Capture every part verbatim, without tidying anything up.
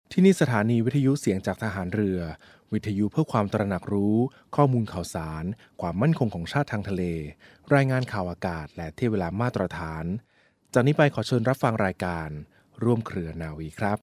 ที่นี่สถานีวิทยุเสียงจากทหารเรือวิทยุเพื่อความตระหนักรู้ข้อมูลข่าวสารความมั่นคงของชาติทางทะเลรายงานข่าวอากาศและเที่ยวเวลามาตรฐานจากนี้ไปขอเชิญรับฟังรายการร่วมเครือนาวีครับ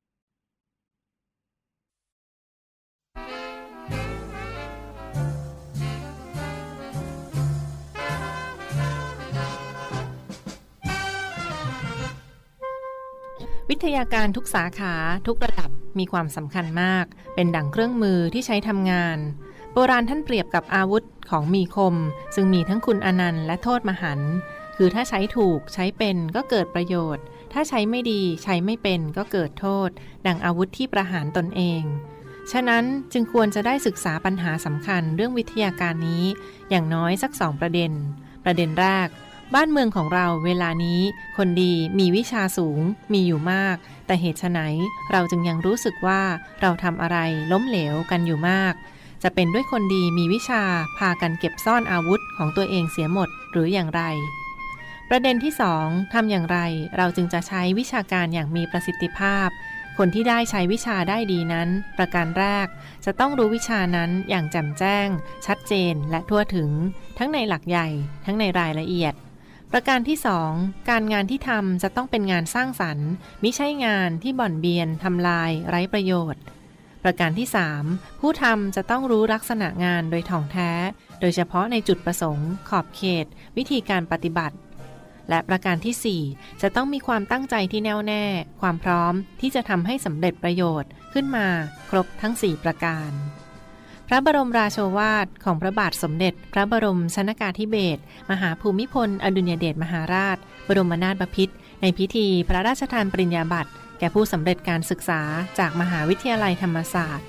วิทยาการทุกสาขาทุกระดับมีความสำคัญมากเป็นดั่งเครื่องมือที่ใช้ทำงานโบราณท่านเปรียบกับอาวุธของมีคมซึ่งมีทั้งคุณอนันต์และโทษมหันต์คือถ้าใช้ถูกใช้เป็นก็เกิดประโยชน์ถ้าใช้ไม่ดีใช้ไม่เป็นก็เกิดโทษดั่งอาวุธที่ประหารตนเองฉะนั้นจึงควรจะได้ศึกษาปัญหาสำคัญเรื่องวิทยาการนี้อย่างน้อยสักสองประเด็นประเด็นแรกบ้านเมืองของเราเวลานี้คนดีมีวิชาสูงมีอยู่มากแต่เหตุไฉนเราจึงยังรู้สึกว่าเราทำอะไรล้มเหลวกันอยู่มากจะเป็นด้วยคนดีมีวิชาพากันเก็บซ่อนอาวุธของตัวเองเสียหมดหรืออย่างไรประเด็นที่สองทำอย่างไรเราจึงจะใช้วิชาการอย่างมีประสิทธิภาพคนที่ได้ใช้วิชาได้ดีนั้นประการแรกจะต้องรู้วิชานั้นอย่างแจ่มแจ้งชัดเจนและทั่วถึงทั้งในหลักใหญ่ทั้งในรายละเอียดประการที่สองการงานที่ทำจะต้องเป็นงานสร้างสรรค์มิใช่งานที่บ่อนเบียนทำลายไร้ประโยชน์ประการที่สามผู้ทำจะต้องรู้ลักษณะงานโดยถ่องแท้โดยเฉพาะในจุดประสงค์ขอบเขตวิธีการปฏิบัติและประการที่สี่จะต้องมีความตั้งใจที่แน่วแน่ความพร้อมที่จะทำให้สำเร็จประโยชน์ขึ้นมาครบทั้งสี่ประการพระบรมราโชวาทของพระบาทสมเด็จพระบรมชนกาธิเบศรมหาภูมิพลอดุลยเดชมหาราชบรมนาถบพิตรในพิธีพระราชทานปริญญาบัตรแก่ผู้สำเร็จการศึกษาจากมหาวิทยาลัยธรรมศาสตร์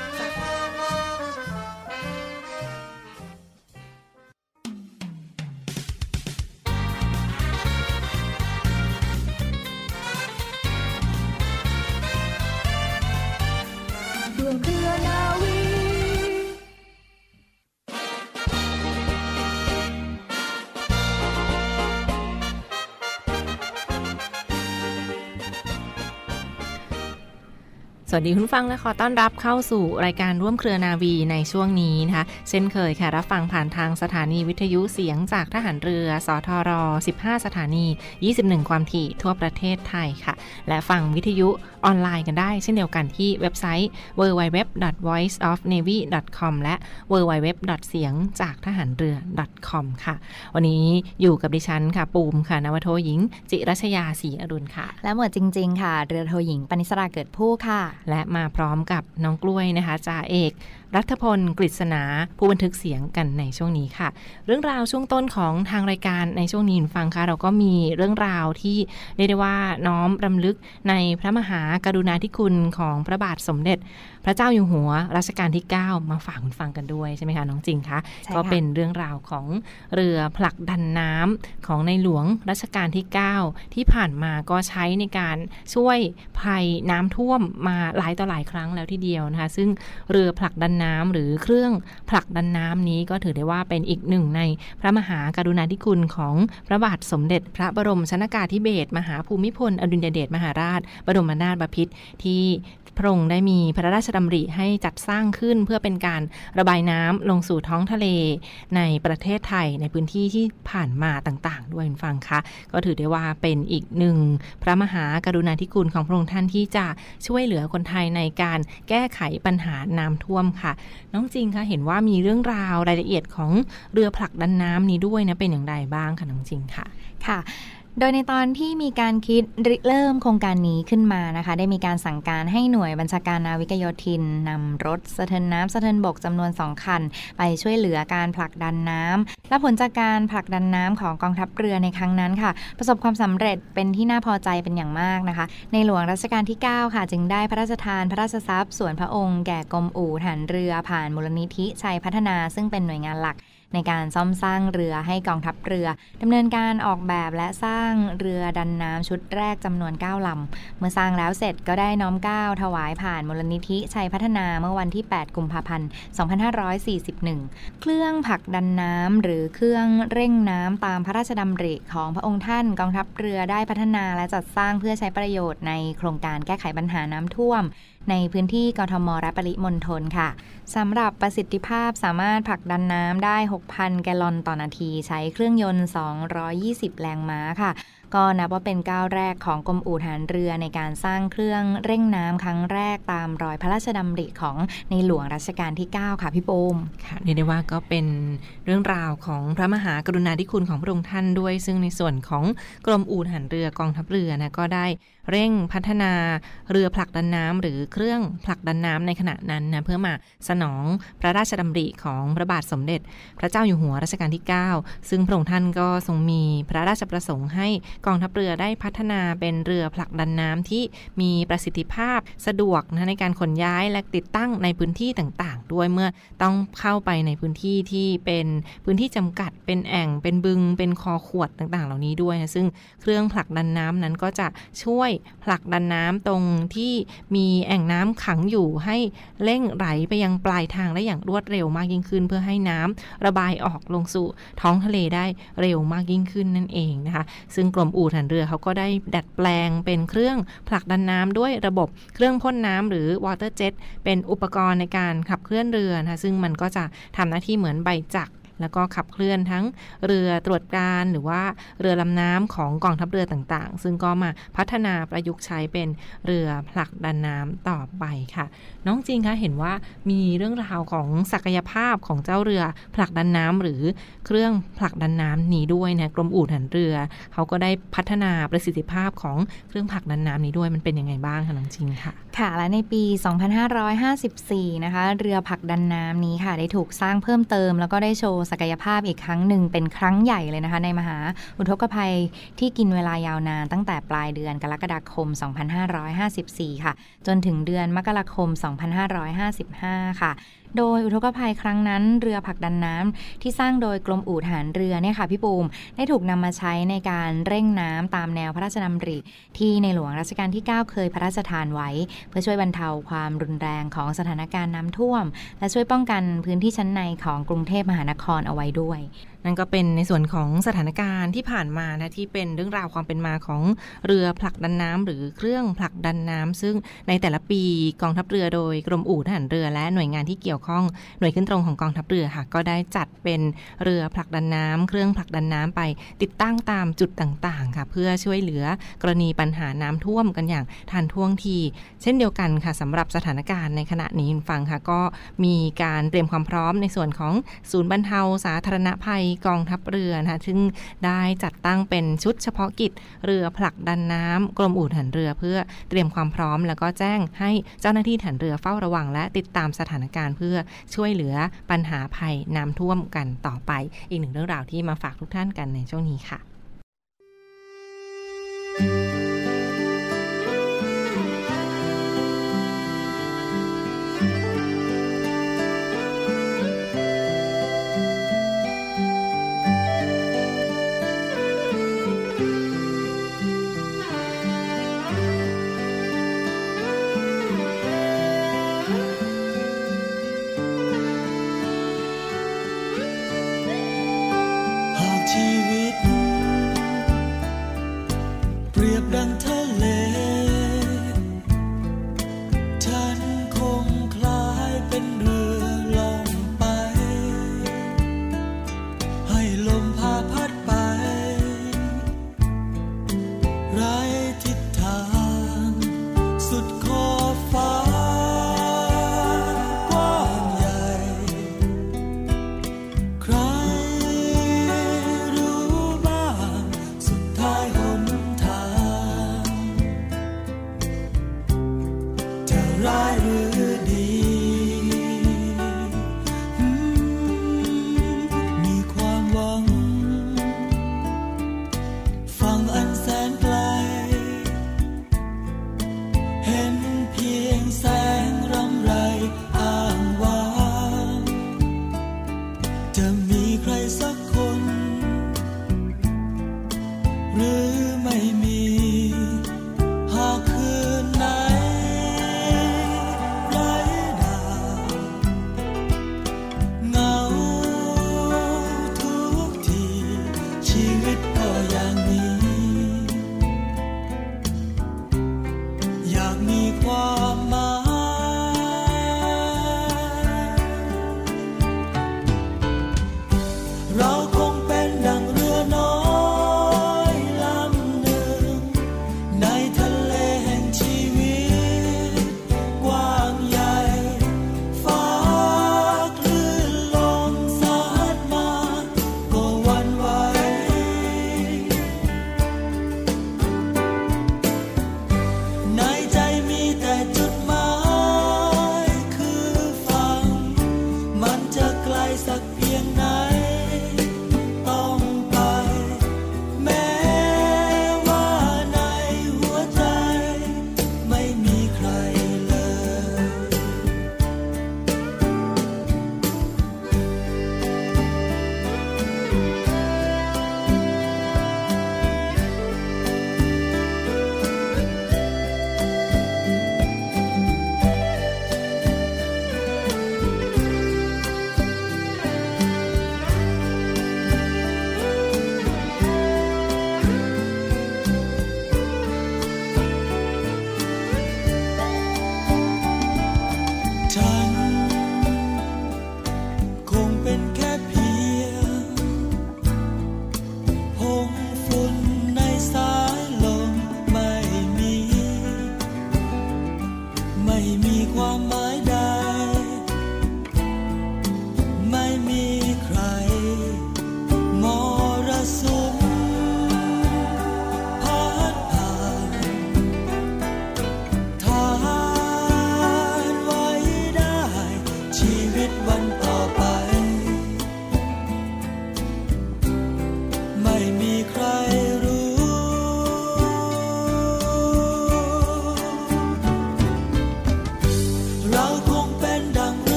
สวัสดีคุณฟังและขอต้อนรับเข้าสู่รายการร่วมเครือนาวีในช่วงนี้นะคะเช่นเคยค่ะรับฟังผ่านทางสถานีวิทยุเสียงจากทหารเรือสทรสิบห้าสถานียี่สิบเอ็ดความถี่ทั่วประเทศไทยค่ะและฟังวิทยุออนไลน์กันได้เช่นเดียวกันที่เว็บไซต์ ดับเบิลยู ดับเบิลยู ดับเบิลยู ดอท voice of navy ดอท คอม และ ดับเบิลยู ดับเบิลยู ดับเบิลยู ดอท เสียงจากทหารเรือ ดอท คอม ค่ะวันนี้อยู่กับดิฉันค่ะปูมค่ะนวโทหญิงจิรัชยาศรีอรุณค่ะและหมวดจริงๆค่ะเรือโทหญิงปณิสราเกิดผู้ค่ะและมาพร้อมกับน้องกล้วยนะคะจ่าเอกรัฐพลกฤษณาผู้บันทึกเสียงกันในช่วงนี้ค่ะเรื่องราวช่วงต้นของทางรายการในช่วงนี้ฟังค่ะเราก็มีเรื่องราวที่เรียกได้ว่าน้อมรำลึกในพระมหากรุณาธิคุณของพระบาทสมเด็จพระเจ้าอยู่หัวรัชกาลที่เก้ามาฝากคุณฟังกันด้วยใช่ไหมคะน้องจริงคะก็เป็นเรื่องราวของเรือผลักดันน้ำของในหลวงรัชกาลที่เก้าที่ผ่านมาก็ใช้ในการช่วยภัยน้ำท่วมมาหลายต่อหลายครั้งแล้วทีเดียวนะคะซึ่งเรือผลักดันน้ำหรือเครื่องผลักดันน้ำนี้ก็ถือได้ว่าเป็นอีกหนึ่งในพระมหากรุณาธิคุณของพระบาทสมเด็จพระบรมชนกาธิเบศรมหาภูมิพลอดุลยเดชมหาราชบรมนาถบพิตรที่พระองค์ได้มีพระราชดำริให้จัดสร้างขึ้นเพื่อเป็นการระบายน้ำลงสู่ท้องทะเลในประเทศไทยในพื้นที่ที่ผ่านมาต่างๆด้วยฟังค่ะก็ถือได้ว่าเป็นอีกหนึ่งพระมหากรุณาธิคุณของพระองค์ท่านที่จะช่วยเหลือคนไทยในการแก้ไขปัญหาน้ำท่วมค่ะน้องจริงคะเห็นว่ามีเรื่องราวรายละเอียดของเรือผลักดันน้ำนี้ด้วยนะเป็นอย่างไรบ้างคะน้องจริงค่ะค่ะโดยในตอนที่มีการคิดเริ่มโครงการนี้ขึ้นมานะคะได้มีการสั่งการให้หน่วยบัญชาการนาวิกโยธินนำรถสะเทินน้ำสะเทินบกจำนวนสองคันไปช่วยเหลือการผลักดันน้ำและผลจากการผลักดันน้ำของกองทัพเรือในครั้งนั้นค่ะประสบความสำเร็จเป็นที่น่าพอใจเป็นอย่างมากนะคะในหลวงรัชกาลที่เก้าค่ะจึงได้พระราชทานพระราชทรัพย์ส่วนพระองค์แก่กรมอู่ทหารเรือผ่านมูลนิธิชัยพัฒนาซึ่งเป็นหน่วยงานหลักในการซ่อมสร้างเรือให้กองทัพเรือดำเนินการออกแบบและสร้างเรือดันน้ำชุดแรกจำนวนเก้าลำเมื่อสร้างแล้วเสร็จก็ได้น้อมเกล้าถวายผ่านมูลนิธิชัยพัฒนาเมื่อวันที่แปดกุมภาพันธ์สองพันห้าร้อยสี่สิบเอ็ดเครื่องผลักดันน้ำหรือเครื่องเร่งน้ำตามพระราชดำริของพระองค์ท่านกองทัพเรือได้พัฒนาและจัดสร้างเพื่อใช้ประโยชน์ในโครงการแก้ไขปัญหาน้ำท่วมในพื้นที่กทมและปริมณฑลค่ะสำหรับประสิทธิภาพสามารถผลักดันน้ำได้ หกพัน แกลลอนต่อนาทีใช้เครื่องยนต์ สองร้อยยี่สิบ แรงม้าค่ะก็นับว่าเป็นก้าวแรกของกรมอู่ทหารเรือในการสร้างเครื่องเร่งน้ำครั้งแรกตามรอยพระราชดำริของในหลวงรัชกาลที่เก้าค่ะพี่โปมค่ะเรียกได้ว่าก็เป็นเรื่องราวของพระมหากรุณาธิคุณของพระองค์ท่านด้วยซึ่งในส่วนของกรมอู่ทหารเรือกองทัพเรือนะก็ได้เร่งพัฒนาเรือผลักดันน้ำหรือเครื่องผลักดันน้ำในขณะนั้นนะเพื่อมาสนองพระราชดำริของพระบาทสมเด็จพระเจ้าอยู่หัวรัชกาลที่เก้าซึ่งพระองค์ท่านก็ทรงมีพระราชประสงค์ให้กองทัพเรือได้พัฒนาเป็นเรือผลักดันน้ำที่มีประสิทธิภาพสะดวกนะในการขนย้ายและติดตั้งในพื้นที่ต่างๆด้วยเมื่อต้องเข้าไปในพื้นที่ที่เป็นพื้นที่จำกัดเป็นแอ่งเป็นบึงเป็นคอขวดต่างๆเหล่านี้ด้วยนะซึ่งเครื่องผลักดันน้ำนั้นก็จะช่วยผลักดันน้ำตรงที่มีแอ่งน้ำขังอยู่ให้เร่งไหลไปยังปลายทางได้อย่างรวดเร็วมากยิ่งขึ้นเพื่อให้น้ำระบายออกลงสู่ท้องทะเลได้เร็วมากยิ่งขึ้นนั่นเองนะคะซึ่งกรมอู่ทหารเรือเขาก็ได้ดัดแปลงเป็นเครื่องผลักดันน้ำด้วยระบบเครื่องพ่นน้ำหรือ water jet เป็นอุปกรณ์ในการขับเคลื่อนเรือนะคะซึ่งมันก็จะทำหน้าที่เหมือนใบจักรแล้วก็ขับเคลื่อนทั้งเรือตรวจการหรือว่าเรือลำน้ำของกองทัพเรือต่างๆซึ่งก็มาพัฒนาประยุกต์ใช้เป็นเรือผลักดันน้ำต่อไปค่ะน้องจริงคะเห็นว่ามีเรื่องราวของศักยภาพของเจ้าเรือผลักดันน้ำหรือเครื่องผลักดันน้ำนี้ด้วยนะกรมอู่ทหารเรือเขาก็ได้พัฒนาประสิทธิภาพของเครื่องผลักดันน้ำนี้ด้วยมันเป็นยังไงบ้างคะน้องจริงค่ะค่ะและในปี สองพันห้าร้อยห้าสิบสี่ นะคะเรือผลักดันน้ำนี้ค่ะได้ถูกสร้างเพิ่มเติมแล้วก็ได้โชว์ศักยภาพอีกครั้งหนึ่งเป็นครั้งใหญ่เลยนะคะในมหาอุทกภัยที่กินเวลายาวนานตั้งแต่ปลายเดือนกรกฎาคม สองพันห้าร้อยห้าสิบสี่ ค่ะจนถึงเดือนมกราคม สองพันห้าร้อยห้าสิบห้า ค่ะโดยอุทกภัยครั้งนั้นเรือผลักดันน้ำที่สร้างโดยกรมอู่ทหารเรือเนี่ยค่ะพี่ปูมได้ถูกนำมาใช้ในการเร่งน้ำตามแนวพระราชดำริที่ในหลวงรัชกาลที่เก้าเคยพระราชทานไว้เพื่อช่วยบรรเทาความรุนแรงของสถานการณ์น้ำท่วมและช่วยป้องกันพื้นที่ชั้นในของกรุงเทพมหานครเอาไว้ด้วยนั่นก็เป็นในส่วนของสถานการณ์ที่ผ่านมานะที่เป็นเรื่องราวความเป็นมาของเรือผลักดันน้ำหรือเครื่องผลักดันน้ำซึ่งในแต่ละปีกองทัพเรือโดยกรมอู่ทหารเรือและหน่วยงานที่เกี่ยวข้องหน่วยขึ้นตรงของกองทัพเรือค่ะก็ได้จัดเป็นเรือผลักดันน้ำเครื่องผลักดันน้ำไปติดตั้งตามจุดต่างๆค่ะเพื่อช่วยเหลือกรณีปัญหาน้ำท่วมกันอย่างทันท่วงทีเช่นเดียวกันค่ะสำหรับสถานการณ์ในขณะนี้ฟังค่ะก็มีการเตรียมความพร้อมในส่วนของศูนย์บรรเทาสาธารณภัยกองทัพเรือนะคะซึ่งได้จัดตั้งเป็นชุดเฉพาะกิจเรือผลักดันน้ำกรมอู่ทหารเรือเพื่อเตรียมความพร้อมแล้วก็แจ้งให้เจ้าหน้าที่ทหารเรือเฝ้าระวังและติดตามสถานการณ์เพื่อช่วยเหลือปัญหาภัยน้ำท่วมกันต่อไปอีกหนึ่งเรื่องราวที่มาฝากทุกท่านกันในช่วงนี้ค่ะชีวิต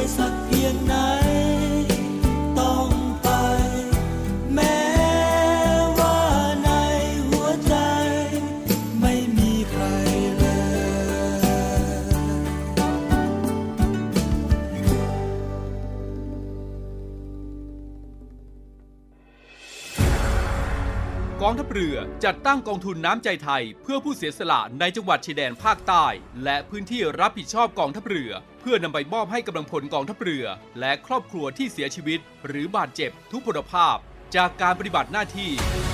สักเพียงไหนต้องไปแม้ว่าในหัวใจไม่มีใครเลยกองทัพเรือจัดตั้งกองทุนน้ำใจไทยเพื่อผู้เสียสละในจังหวัดชายแดนภาคใต้และพื้นที่รับผิดชอบกองทัพเรือเพื่อนำไปมอบให้กำลังพลกองทัพเรือและครอบครัวที่เสียชีวิตหรือบาดเจ็บทุกพลภาพจากการปฏิบัติหน้าที่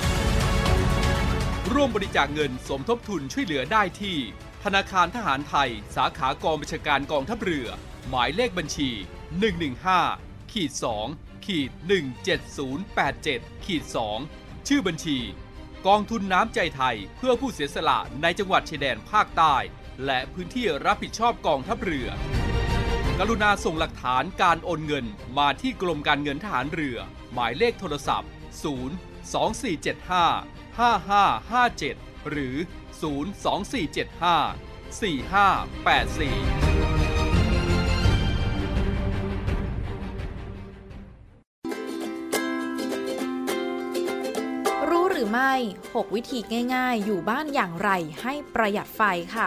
ร่วมบริจาคเงินสมทบทุนช่วยเหลือได้ที่ธนาคารทหารไทยสาขากองบัญชาการกองทัพเรือหมายเลขบัญชี หนึ่ง หนึ่ง ห้า สอง หนึ่ง เจ็ด ศูนย์ แปด เจ็ด สอง ชื่อบัญชีกองทุนน้ำใจไทยเพื่อผู้เสียสละในจังหวัดชายแดนภาคใต้และพื้นที่รับผิดชอบกองทัพเรือกรุณาส่งหลักฐานการโอนเงินมาที่กรมการเงินทหารเรือหมายเลขโทรศัพท์ศูนย์ สอง สี่ เจ็ด ห้า ห้า ห้า ห้า เจ็ดหรือศูนย์ สอง สี่ เจ็ด ห้า สี่ ห้า แปด สี่หรือไม่ หก วิธีง่ายๆอยู่บ้านอย่างไรให้ประหยัดไฟค่ะ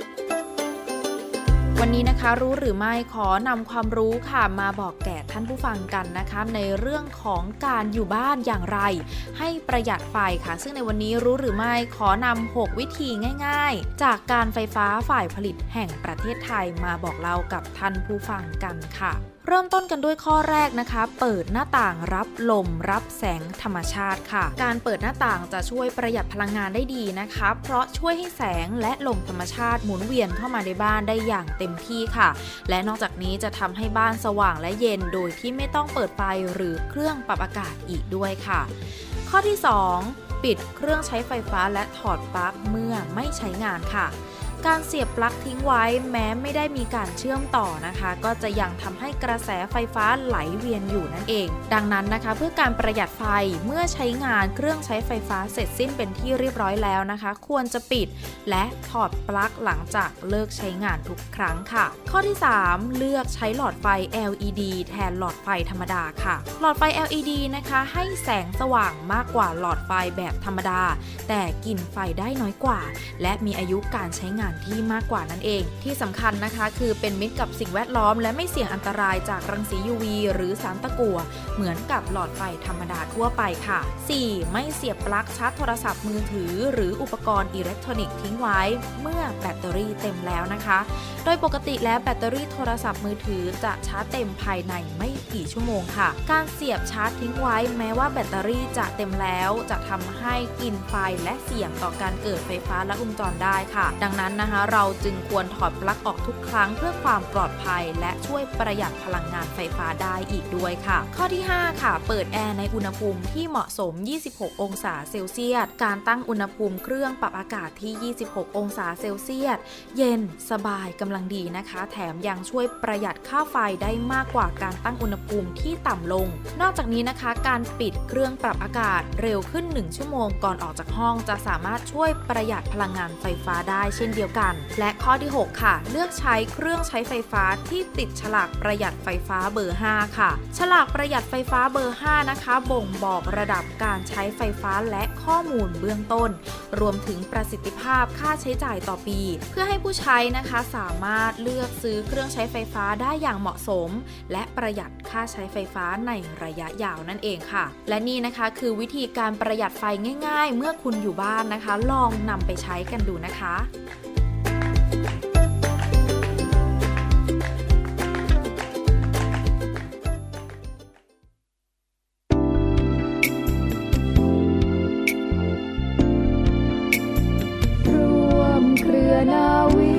วันนี้นะคะรู้หรือไม่ขอนำความรู้ค่ะมาบอกแก่ท่านผู้ฟังกันนะคะในเรื่องของการอยู่บ้านอย่างไรให้ประหยัดไฟค่ะซึ่งในวันนี้รู้หรือไม่ขอนำหกวิธีง่ายๆจากการไฟฟ้าฝ่ายผลิตแห่งประเทศไทยมาบอกเล่ากับท่านผู้ฟังกันค่ะเริ่มต้นกันด้วยข้อแรกนะคะเปิดหน้าต่างรับลมรับแสงธรรมชาติค่ะการเปิดหน้าต่างจะช่วยประหยัดพลังงานได้ดีนะคะเพราะช่วยให้แสงและลมธรรมชาติหมุนเวียนเข้ามาในบ้านได้อย่างเต็มที่ค่ะและนอกจากนี้จะทำให้บ้านสว่างและเย็นโดยที่ไม่ต้องเปิดไฟหรือเครื่องปรับอากาศอีกด้วยค่ะข้อที่สองปิดเครื่องใช้ไฟฟ้าและถอดปลั๊กเมื่อไม่ใช้งานค่ะการเสียบปลั๊กทิ้งไว้แม้ไม่ได้มีการเชื่อมต่อนะคะก็จะยังทำให้กระแสไฟฟ้าไหลเวียนอยู่นั่นเองดังนั้นนะคะเพื่อการประหยัดไฟเมื่อใช้งานเครื่องใช้ไฟฟ้าเสร็จสิ้นเป็นที่เรียบร้อยแล้วนะคะควรจะปิดและถอดปลั๊กหลังจากเลิกใช้งานทุกครั้งค่ะข้อที่สามเลือกใช้หลอดไฟ แอล อี ดี แทนหลอดไฟธรรมดาค่ะหลอดไฟ แอล อี ดี นะคะให้แสงสว่างมากกว่าหลอดไฟแบบธรรมดาแต่กินไฟได้น้อยกว่าและมีอายุการใช้งานที่มากกว่านั่นเองที่สำคัญนะคะคือเป็นมิตรกับสิ่งแวดล้อมและไม่เสี่ยงอันตรายจากรังสี ยู วี หรือสารตะกั่วเหมือนกับหลอดไฟธรรมดาทั่วไปค่ะสี่ไม่เสียบปลั๊กชาร์จโทรศัพท์มือถือหรืออุปกรณ์อิเล็กทรอนิกส์ทิ้งไว้เมื่อแบตเตอรี่เต็มแล้วนะคะโดยปกติแล้วแบตเตอรี่โทรศัพท์มือถือจะชาร์จเต็มภายในไม่กี่ชั่วโมงค่ะการเสียบชาร์จทิ้งไว้แม้ว่าแบตเตอรี่จะเต็มแล้วจะทำให้กินไฟและเสี่ยงต่อการเกิดไฟฟ้าลัดวงจรได้ค่ะดังนั้นนะคะเราจึงควรถอดปลั๊กออกทุกครั้งเพื่อความปลอดภัยและช่วยประหยัดพลังงานไฟฟ้าได้อีกด้วยค่ะข้อที่ห้าค่ะเปิดแอร์ในอุณหภูมิที่เหมาะสมยี่สิบหกองศาเซลเซียสการตั้งอุณหภูมิเครื่องปรับอากาศที่ยี่สิบหกองศาเซลเซียสเย็นสบายกำลังดีนะคะแถมยังช่วยประหยัดค่าไฟได้มากกว่าการตั้งอุณหภูมิที่ต่ำลงนอกจากนี้นะคะการปิดเครื่องปรับอากาศเร็วขึ้นหนึ่งชั่วโมงก่อนออกจากห้องจะสามารถช่วยประหยัดพลังงานไฟฟ้าได้เช่นเดียวกันและข้อที่หกค่ะเลือกใช้เครื่องใช้ไฟฟ้าที่ติดฉลากประหยัดไฟฟ้าเบอร์ห้าค่ะฉลากประหยัดไฟฟ้าเบอร์ห้านะคะบ่งบอกระดับการใช้ไฟฟ้าและข้อมูลเบื้องต้นรวมถึงประสิทธิภาพค่าใช้จ่ายต่อปีเพื่อให้ผู้ใช้นะคะสามารถเลือกซื้อเครื่องใช้ไฟฟ้าได้อย่างเหมาะสมและประหยัดค่าใช้ไฟฟ้าในระยะยาวนั่นเองค่ะและนี่นะคะคือวิธีการประหยัดไฟง่ายๆเมื่อคุณอยู่บ้านนะคะลองนำไปใช้กันดูนะคะนาวี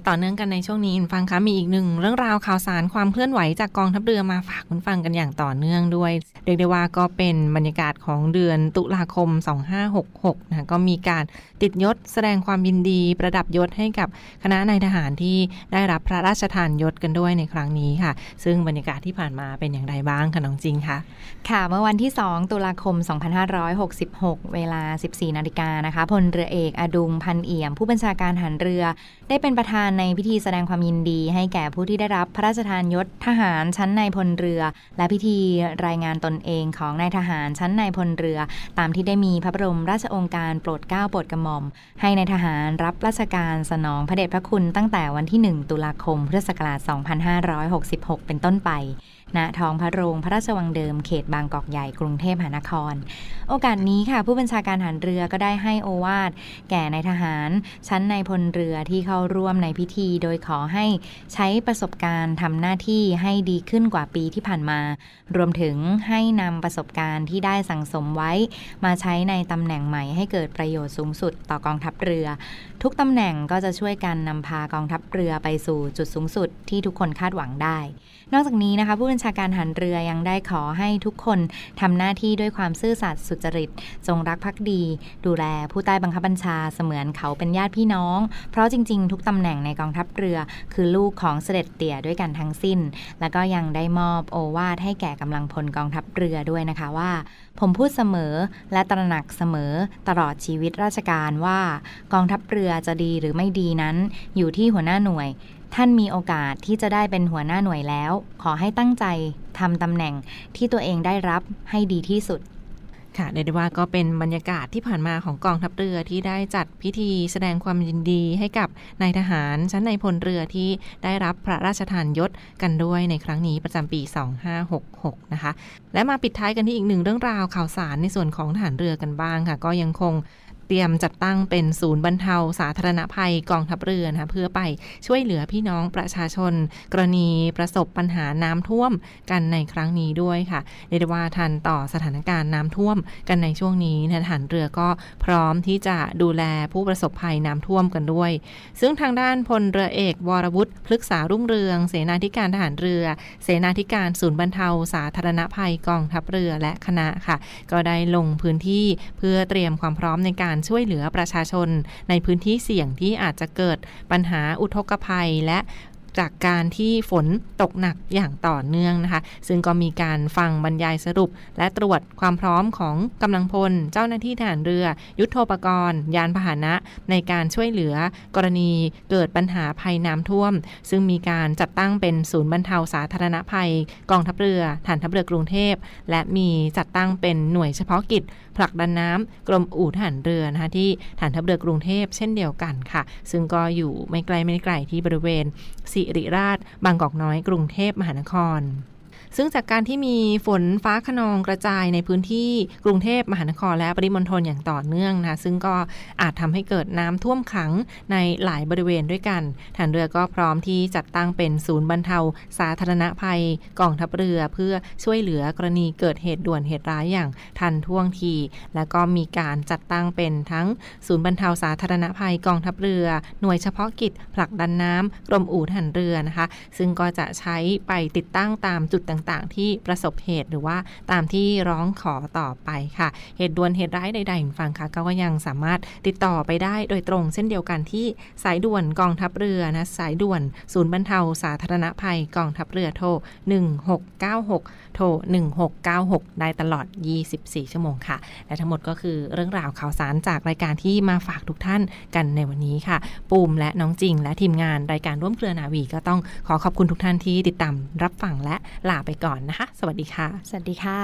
ต่อเนื่องกันในช่วงนี้คุณฟังคะมีอีกหนึ่งเรื่องราวข่าวสารความเคลื่อนไหวจากกองทัพเรือมาฝากคุณฟังกันอย่างต่อเนื่องด้วยเรียกได้ว่าก็เป็นบรรยากาศของเดือนตุลาคมสองพันห้าร้อยหกสิบหกนะก็มีการติดยศแสดงความยินดีประดับยศให้กับคณะนายทหารที่ได้รับพระราชทานยศกันด้วยในครั้งนี้ค่ะซึ่งบรรยากาศที่ผ่านมาเป็นอย่างไรบ้างคะน้องจริงคะค่ะเมื่อวันที่สองตุลาคมสองพันห้าร้อยหกสิบหกเวลา สิบสี่นาฬิกานะคะพลเรือเอกอดุงพันเอี่ยมผู้บัญชาการทหารเรือได้เป็นประธานในพิธีแสดงความยินดีให้แก่ผู้ที่ได้รับพระราชทานยศทหารชั้นนายพลเรือและพิธีรายงานตนเองของนายทหารชั้นนายพลเรือตามที่ได้มีพระบรมราชโองการโปรดเกล้าโปรดกระหม่อมให้นายทหารรับราชการสนองพระเดชพระคุณตั้งแต่วันที่หนึ่งตุลาคมพุทธศักราชสองพันห้าร้อยหกสิบหกเป็นต้นไปณท้องพระโรงพระราชวังเดิมเขตบางกอกใหญ่กรุงเทพมหานครโอกาสนี้ค่ะผู้บัญชาการทหารเรือก็ได้ให้โอวาทแก่นายทหารชั้นนายพลเรือที่เข้าร่วมในพิธีโดยขอให้ใช้ประสบการณ์ทำหน้าที่ให้ดีขึ้นกว่าปีที่ผ่านมารวมถึงให้นำประสบการณ์ที่ได้สั่งสมไว้มาใช้ในตำแหน่งใหม่ให้เกิดประโยชน์สูงสุดต่อกองทัพเรือทุกตำแหน่งก็จะช่วยกันนำพากองทัพเรือไปสู่จุดสูงสุดที่ทุกคนคาดหวังได้นอกจากนี้นะคะผู้บัญชาการทหารเรือยังได้ขอให้ทุกคนทำหน้าที่ด้วยความซื่อสัตย์สุจริตจงรักภักดีดูแลผู้ใต้บังคับบัญชาเสมือนเขาเป็นญาติพี่น้องเพราะจริงๆทุกตำแหน่งในกองทัพเรือคือลูกของเสด็จเตี่ยด้วยกันทั้งสิ้นแล้วก็ยังได้มอบโอวาทให้แก่กำลังพลกองทัพเรือด้วยนะคะว่าผมพูดเสมอและตระหนักเสมอตลอดชีวิตราชการว่ากองทัพเรือจะดีหรือไม่ดีนั้นอยู่ที่หัวหน้าหน่วยท่านมีโอกาสที่จะได้เป็นหัวหน้าหน่วยแล้วขอให้ตั้งใจทำตำแหน่งที่ตัวเองได้รับให้ดีที่สุดค่ะเรียกได้ว่าก็เป็นบรรยากาศที่ผ่านมาของกองทัพเรือที่ได้จัดพิธีแสดงความยินดีให้กับนายทหารชั้นนายพลเรือที่ได้รับพระราชทานยศกันด้วยในครั้งนี้ประจำปีสองพันห้าร้อยหกสิบหกนะคะและมาปิดท้ายกันที่อีกหนึ่งเรื่องราวข่าวสารในส่วนของทหารเรือกันบ้างค่ะก็ยังคงเตรียมจัดตั้งเป็นศูนย์บรรเทาสาธารณภัยกองทัพเรือนะคะเพื่อไปช่วยเหลือพี่น้องประชาชนกรณีประสบปัญหาน้ำท่วมกันในครั้งนี้ด้วยค่ะเรียกได้ว่าทันต่อสถานการณ์น้ำท่วมกันในช่วงนี้ทหารเรือก็พร้อมที่จะดูแลผู้ประสบภัยน้ำท่วมกันด้วยซึ่งทางด้านพลเรือเอกวรวุฒิพฤกษารุ่งเรืองเสนาธิการทหารเรือเสนาธิการศูนย์บรรเทาสาธารณภัยกองทัพเรือและคณะค่ะก็ได้ลงพื้นที่เพื่อเตรียมความพร้อมในการช่วยเหลือประชาชนในพื้นที่เสี่ยงที่อาจจะเกิดปัญหาอุทกภัยและจากการที่ฝนตกหนักอย่างต่อเนื่องนะคะซึ่งก็มีการฟังบรรยายสรุปและตรวจความพร้อมของกำลังพลเจ้าหน้าที่ทหารเรือยุทโธปกรณ์ยานพาหนะในการช่วยเหลือกรณีเกิดปัญหาภัยน้ำท่วมซึ่งมีการจัดตั้งเป็นศูนย์บรรเทาสาธารณภัยกองทัพเรือฐานทัพเรือกรุงเทพและมีจัดตั้งเป็นหน่วยเฉพาะกิจผลักดันน้ำกรมอู่ทหารเรือนะคะที่ฐานทัพเรือกรุงเทพเช่นเดียวกันค่ะซึ่งก็อยู่ไม่ไกลไม่ไกลที่บริเวณศิริราชบางกอกน้อยกรุงเทพมหานครซึ่งจากการที่มีฝนฟ้าคะนองกระจายในพื้นที่กรุงเทพมหานครและปริมณฑลอย่างต่อเนื่องนะซึ่งก็อาจทำให้เกิดน้ำท่วมขังในหลายบริเวณด้วยกันทหารเรือก็พร้อมที่จัดตั้งเป็นศูนย์บรรเทาสาธารณภัยกองทัพเรือเพื่อช่วยเหลือกรณีเกิดเหตุด่วนเหตุร้ายอย่างทันท่วงทีและก็มีการจัดตั้งเป็นทั้งศูนย์บรรเทาสาธารณภัยกองทัพเรือหน่วยเฉพาะกิจผลักดันน้ำกรมอู่ทหารเรือนะคะซึ่งก็จะใช้ไปติดตั้งตามจุดต่างๆที่ประสบเหตุหรือว่าตามที่ร้องขอต่อไปค่ะเหตุด่วนเหตุร้ายใดๆฟังค่ะก็ยังสามารถติดต่อไปได้โดยตรงเช่นเดียวกันที่สายด่วนกองทัพเรือนะสายด่วนศูนย์บรรเทาสาธารณภัยกองทัพเรือโทรหนึ่งหกเก้าหกโทรหนึ่งหกเก้าหกได้ตลอดยี่สิบสี่ชั่วโมงค่ะและทั้งหมดก็คือเรื่องราวข่าวสารจากรายการที่มาฝากทุกท่านกันในวันนี้ค่ะปูมและน้องจริงและทีมงานรายการร่วมเครือนาวีก็ต้องขอขอบคุณทุกท่านที่ติดตามรับฟังและลาไปก่อนนะคะสวัสดีค่ะสวัสดีค่ะ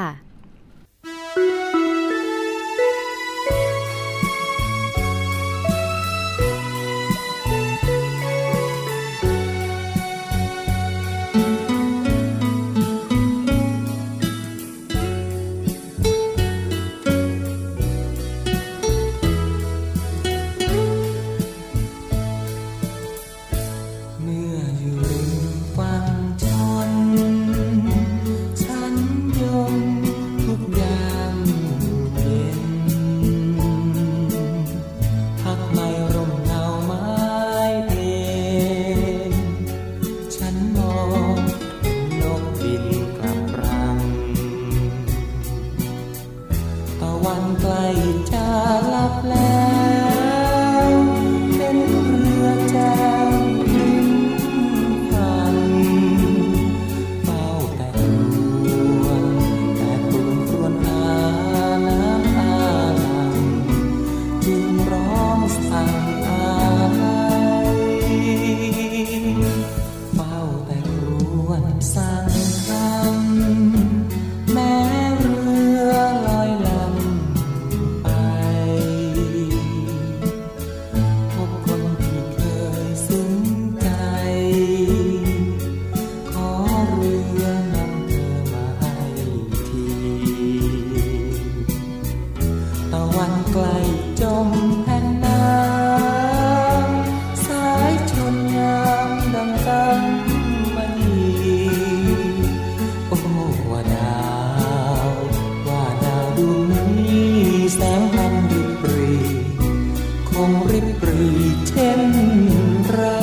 ฉันยงมแผ่นน้ำสายชนงามดังกังมณีโอ้ว่าดาวว่าดาวดวงนี้แสงพันริบรีคงริบรีเช่นไร